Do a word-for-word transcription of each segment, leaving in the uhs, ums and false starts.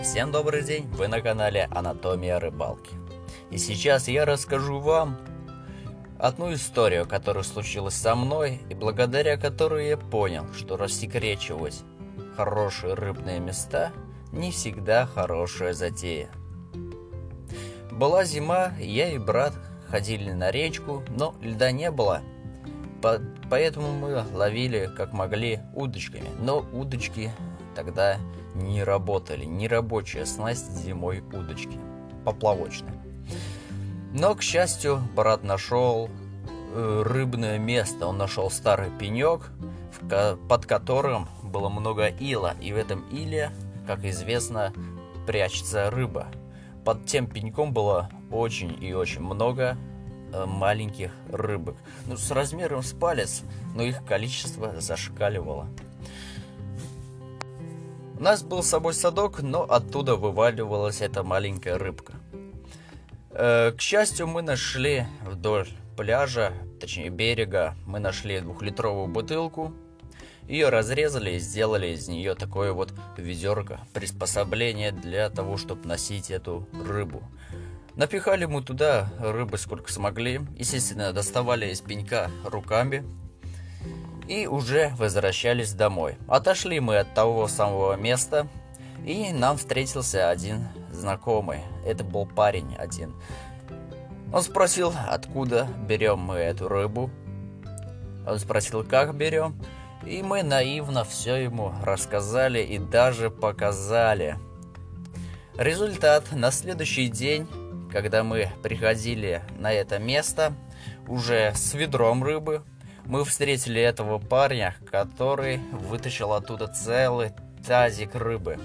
Всем добрый день, вы на канале Анатомия рыбалки. И сейчас я расскажу вам одну историю, которая случилась со мной, и благодаря которой я понял, что рассекречивать хорошие рыбные места не всегда хорошая затея. Была зима, я и брат ходили на речку, но льда не было, поэтому мы ловили как могли удочками, но удочки тогда не работали, не рабочая снасть зимой удочки, поплавочные. Но, к счастью, брат нашел э, рыбное место, он нашел старый пенек, в, под которым было много ила, и в этом иле, как известно, прячется рыба. Под тем пеньком было очень и очень много э, маленьких рыбок, ну, с размером с палец, но их количество зашкаливало. У нас был с собой садок, но оттуда вываливалась эта маленькая рыбка. Э, к счастью, мы нашли вдоль пляжа, точнее берега, мы нашли двухлитровую бутылку. Ее разрезали и сделали из нее такое вот ведерко, приспособление для того, чтобы носить эту рыбу. Напихали мы туда рыбы сколько смогли, естественно, доставали из пенька руками. И уже возвращались домой. Отошли мы от того самого места, и нам встретился один знакомый. Это был парень один. Он спросил, откуда берем мы эту рыбу. Он спросил, как берем. И мы наивно все ему рассказали и даже показали. Результат: на следующий день, когда мы приходили на это место, уже с ведром рыбы, мы встретили этого парня, который вытащил оттуда целый тазик рыбы.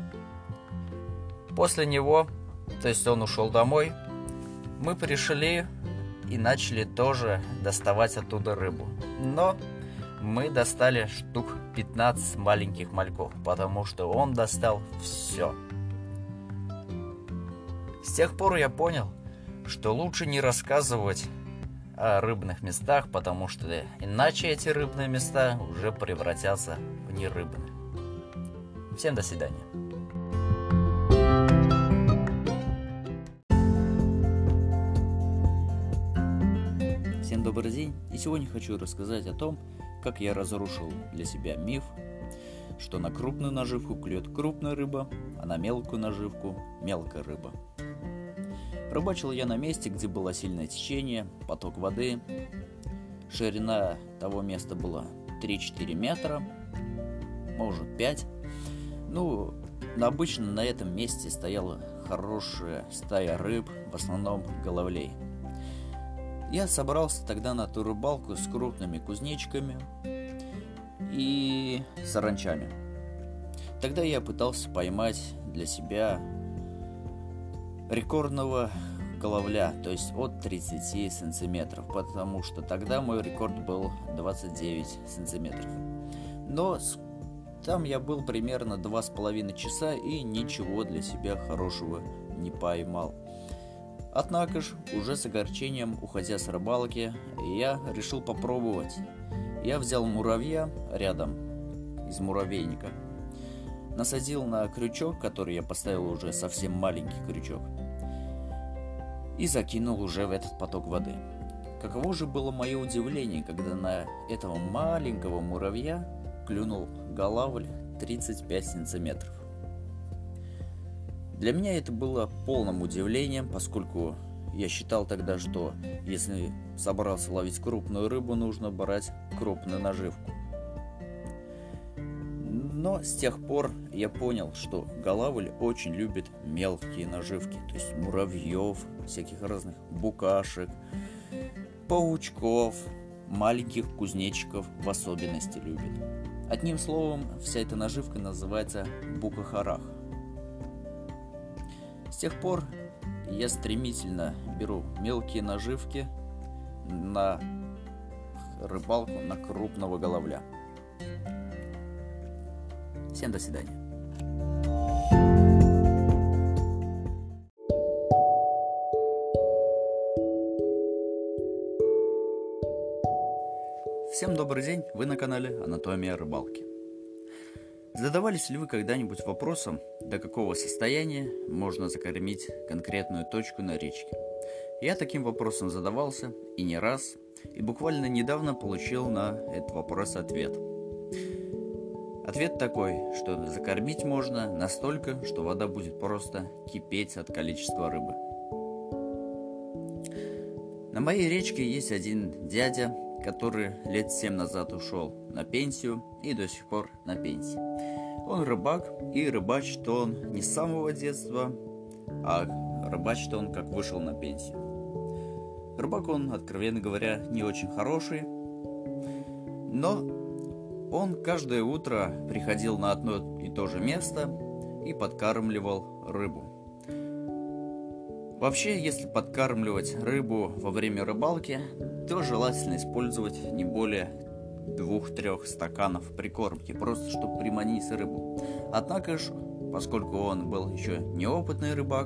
После него, то есть он ушел домой, мы пришли и начали тоже доставать оттуда рыбу. Но мы достали штук пятнадцать маленьких мальков, потому что он достал все. С тех пор я понял, что лучше не рассказывать о рыбных местах, потому что иначе эти рыбные места уже превратятся в нерыбные. Всем до свидания. Всем добрый день, и сегодня хочу рассказать о том, как я разрушил для себя миф, что на крупную наживку клюет крупная рыба, а на мелкую наживку мелкая рыба. Рыбачил я на месте, где было сильное течение, поток воды. Ширина того места была три-четыре метра, может пять. Ну, обычно на этом месте стояла хорошая стая рыб, в основном головлей. Я собрался тогда на ту рыбалку с крупными кузнечиками и саранчами. Тогда я пытался поймать для себя рекордного головля, то есть от тридцати сантиметров, потому что тогда мой рекорд был двадцать девять сантиметров. Но там я был примерно два с половиной часа и ничего для себя хорошего не поймал. Однако же, уже с огорчением, уходя с рыбалки, я решил попробовать. Я взял муравья рядом из муравейника, насадил на крючок, который я поставил уже совсем маленький крючок, и закинул уже в этот поток воды. Каково же было мое удивление, когда на этого маленького муравья клюнул голавль тридцать пять сантиметров. Для меня это было полным удивлением, поскольку я считал тогда, что если собрался ловить крупную рыбу, нужно брать крупную наживку. Но с тех пор я понял, что голавль очень любит мелкие наживки, то есть муравьев, всяких разных букашек, паучков, маленьких кузнечиков в особенности любит. Одним словом, вся эта наживка называется букахарах. С тех пор я стремительно беру мелкие наживки на рыбалку на крупного головля. Всем до свидания. Всем добрый день, вы на канале Анатомия рыбалки. Задавались ли вы когда-нибудь вопросом, до какого состояния можно закормить конкретную точку на речке? Я таким вопросом задавался и не раз, и буквально недавно получил на этот вопрос ответ. Ответ такой, что закормить можно настолько, что вода будет просто кипеть от количества рыбы. На моей речке есть один дядя, который лет семь назад ушел на пенсию и до сих пор на пенсии. Он рыбак, и рыбачит он не с самого детства, а рыбачит он как вышел на пенсию. Рыбак он, откровенно говоря, не очень хороший, но он каждое утро приходил на одно и то же место и подкармливал рыбу. Вообще, если подкармливать рыбу во время рыбалки, то желательно использовать не более двух-трех стаканов прикормки, просто чтобы приманить рыбу. Однако же, поскольку он был еще неопытный рыбак,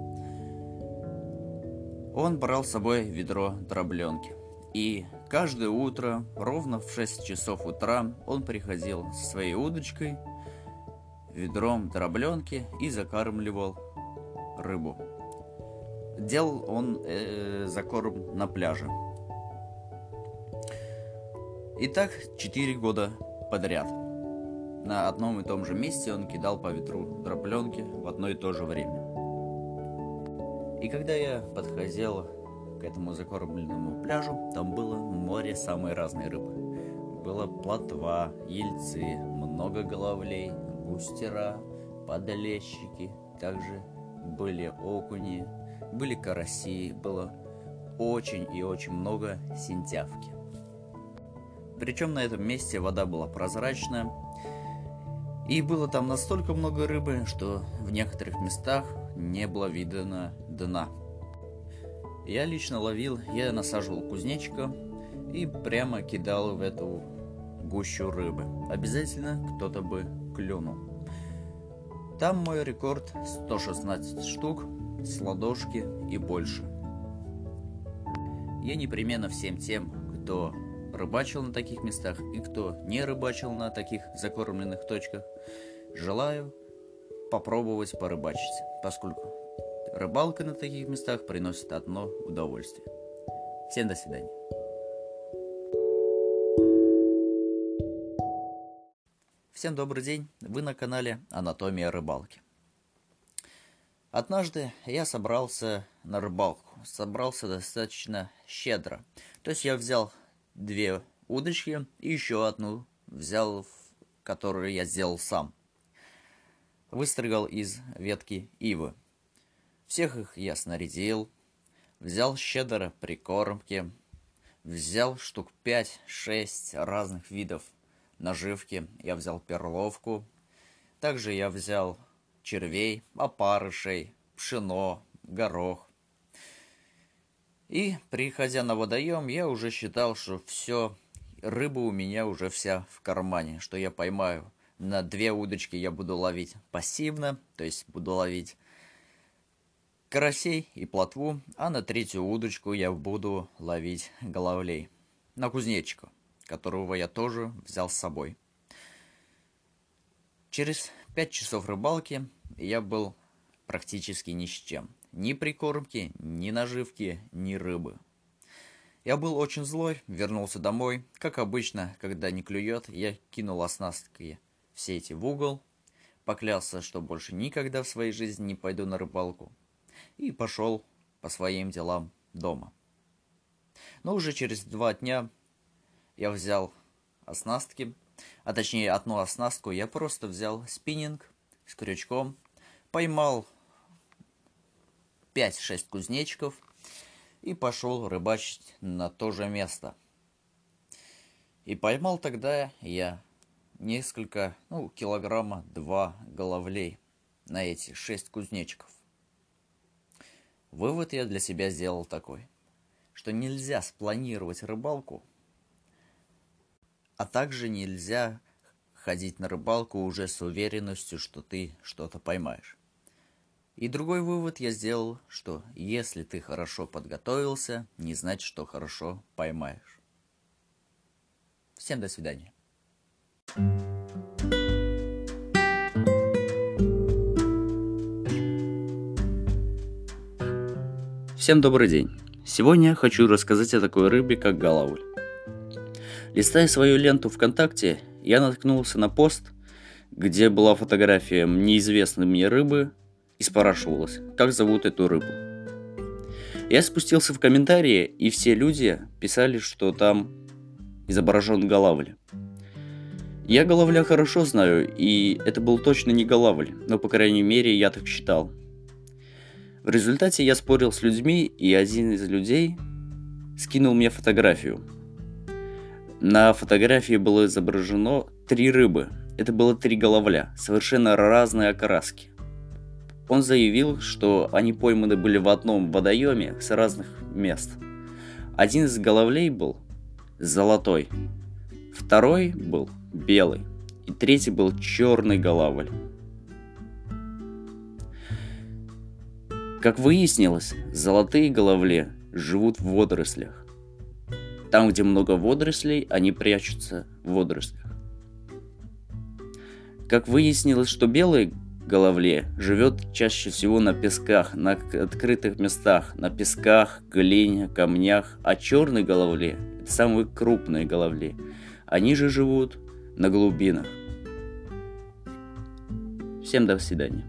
он брал с собой ведро дробленки. И каждое утро, ровно в шесть часов утра, он приходил со своей удочкой, ведром дробленки и закармливал рыбу. Делал он э, закорм на пляже. И так четыре года подряд. На одном и том же месте он кидал по ведру дробленки в одно и то же время. И когда я подходил к этому закормленному пляжу, там было море самой разной рыбы. Было плотва, ельцы, много головлей, густера, подолещики, также были окуни, были караси, было очень и очень много синтявки. Причем на этом месте вода была прозрачная, и было там настолько много рыбы, что в некоторых местах не было видно дна. Я лично ловил, я насаживал кузнечика и прямо кидал в эту гущу рыбы. Обязательно кто-то бы клюнул. Там мой рекорд сто шестнадцать штук с ладошки и больше. Я непременно всем тем, кто рыбачил на таких местах и кто не рыбачил на таких закормленных точках, желаю попробовать порыбачить, поскольку рыбалка на таких местах приносит одно удовольствие. Всем до свидания. Всем добрый день, вы на канале Анатомия рыбалки. Однажды я собрался на рыбалку, собрался достаточно щедро. То есть я взял две удочки и еще одну взял, которую я сделал сам. Выстригал из ветки ивы. Всех их я снарядил, взял щедро прикормки, взял штук пять-шесть разных видов наживки. Я взял перловку, также я взял червей, опарышей, пшено, горох. И, приходя на водоем, я уже считал, что все, рыба у меня уже вся в кармане, что я поймаю. На две удочки я буду ловить пассивно, то есть буду ловить карасей и плотву, а на третью удочку я буду ловить головлей. На кузнечика, которого я тоже взял с собой. Через пять часов рыбалки я был практически ни с чем. Ни прикормки, ни наживки, ни рыбы. Я был очень злой, вернулся домой. Как обычно, когда не клюет, я кинул оснастки все эти в угол, поклялся, что больше никогда в своей жизни не пойду на рыбалку, и пошел по своим делам дома. Но уже через два дня я взял оснастки, а точнее одну оснастку я просто взял спиннинг с крючком, поймал пять-шесть кузнечиков и пошел рыбачить на то же место. И поймал тогда я несколько, ну, килограмма два головлей на эти шесть кузнечиков. Вывод я для себя сделал такой, что нельзя спланировать рыбалку, а также нельзя ходить на рыбалку уже с уверенностью, что ты что-то поймаешь. И другой вывод я сделал, что если ты хорошо подготовился, не значит, что хорошо поймаешь. Всем до свидания. Всем добрый день! Сегодня я хочу рассказать о такой рыбе, как голавль. Листая свою ленту ВКонтакте, я наткнулся на пост, где была фотография неизвестной мне рыбы и спрашивалось, как зовут эту рыбу. Я спустился в комментарии, и все люди писали, что там изображен голавль. Я голавля хорошо знаю, и это был точно не голавль, но по крайней мере я так считал. В результате я спорил с людьми, и один из людей скинул мне фотографию. На фотографии было изображено три рыбы. Это было три голавля, совершенно разные окраски. Он заявил, что они пойманы были в одном водоеме с разных мест. Один из голавлей был золотой, второй был белый, и третий был черный голавль. Как выяснилось, золотые голавли живут в водорослях. Там, где много водорослей, они прячутся в водорослях. Как выяснилось, что белый голавле живет чаще всего на песках, на открытых местах, на песках, глине, камнях, а черный голавле – это самые крупные голавли. Они же живут на глубинах. Всем до свидания.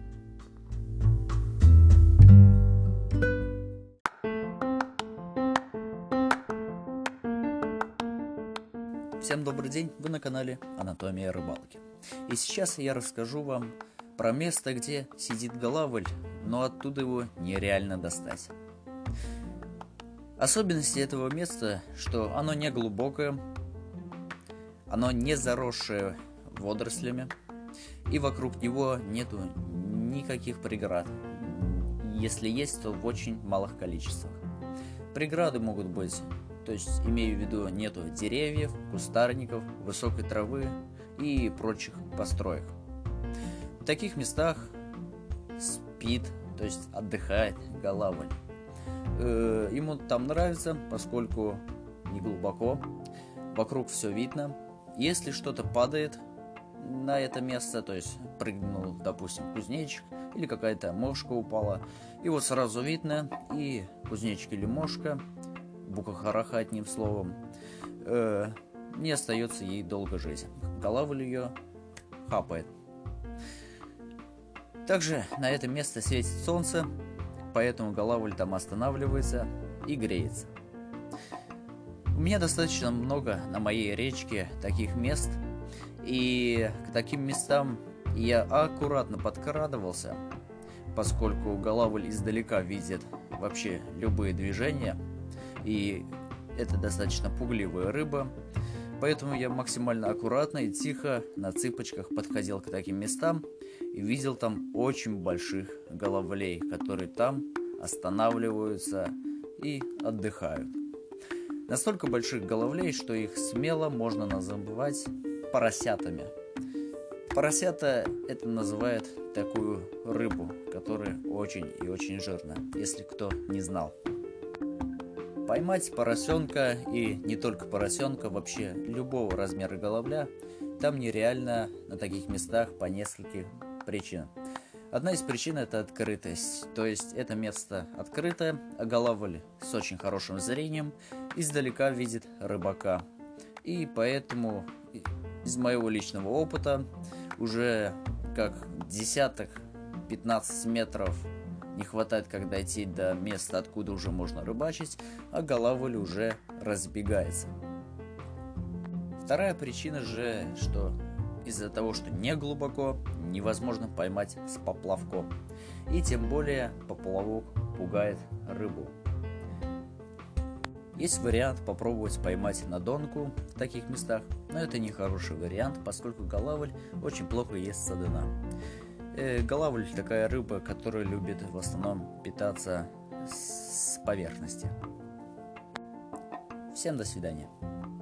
Всем добрый день, вы на канале Анатомия рыбалки. И сейчас я расскажу вам про место, где сидит голавль, но оттуда его нереально достать. Особенности этого места, что оно не глубокое, оно не заросшее водорослями, и вокруг него нету никаких преград. Если есть, то в очень малых количествах. Преграды могут быть, то есть имею в виду, нету деревьев, кустарников, высокой травы и прочих построек. В таких местах спит, то есть отдыхает голавль. Э, ему там нравится, поскольку не глубоко, вокруг все видно. Если что-то падает на это место, то есть прыгнул, допустим, кузнечик или какая-то мошка упала, его сразу видно, и кузнечик или мошка, букахараха одним словом, э, не остается ей долго жить. Голавль ее хапает. Также на это место светит солнце, поэтому голавль там останавливается и греется. У меня достаточно много на моей речке таких мест, и к таким местам я аккуратно подкрадывался, поскольку голавль издалека видит вообще любые движения, и это достаточно пугливая рыба, поэтому я максимально аккуратно и тихо на цыпочках подходил к таким местам и видел там очень больших голавлей, которые там останавливаются и отдыхают. Настолько больших голавлей, что их смело можно называть поросятами. Поросята — это называют такую рыбу, которая очень и очень жирная, если кто не знал. Поймать поросенка, и не только поросенка, вообще любого размера голавля, там нереально на таких местах по нескольким причинам. Одна из причин — это открытость, то есть это место открытое, а голавль с очень хорошим зрением издалека видит рыбака. И поэтому из моего личного опыта уже как десяток пятнадцать метров не хватает, как дойти до места, откуда уже можно рыбачить, а голавль уже разбегается. Вторая причина же, что из-за того, что не глубоко, невозможно поймать с поплавком. И тем более поплавок пугает рыбу. Есть вариант попробовать поймать на донку в таких местах, но это не хороший вариант, поскольку голавль очень плохо ест со дна. Э, голавль такая рыба, которая любит в основном питаться с поверхности. Всем до свидания.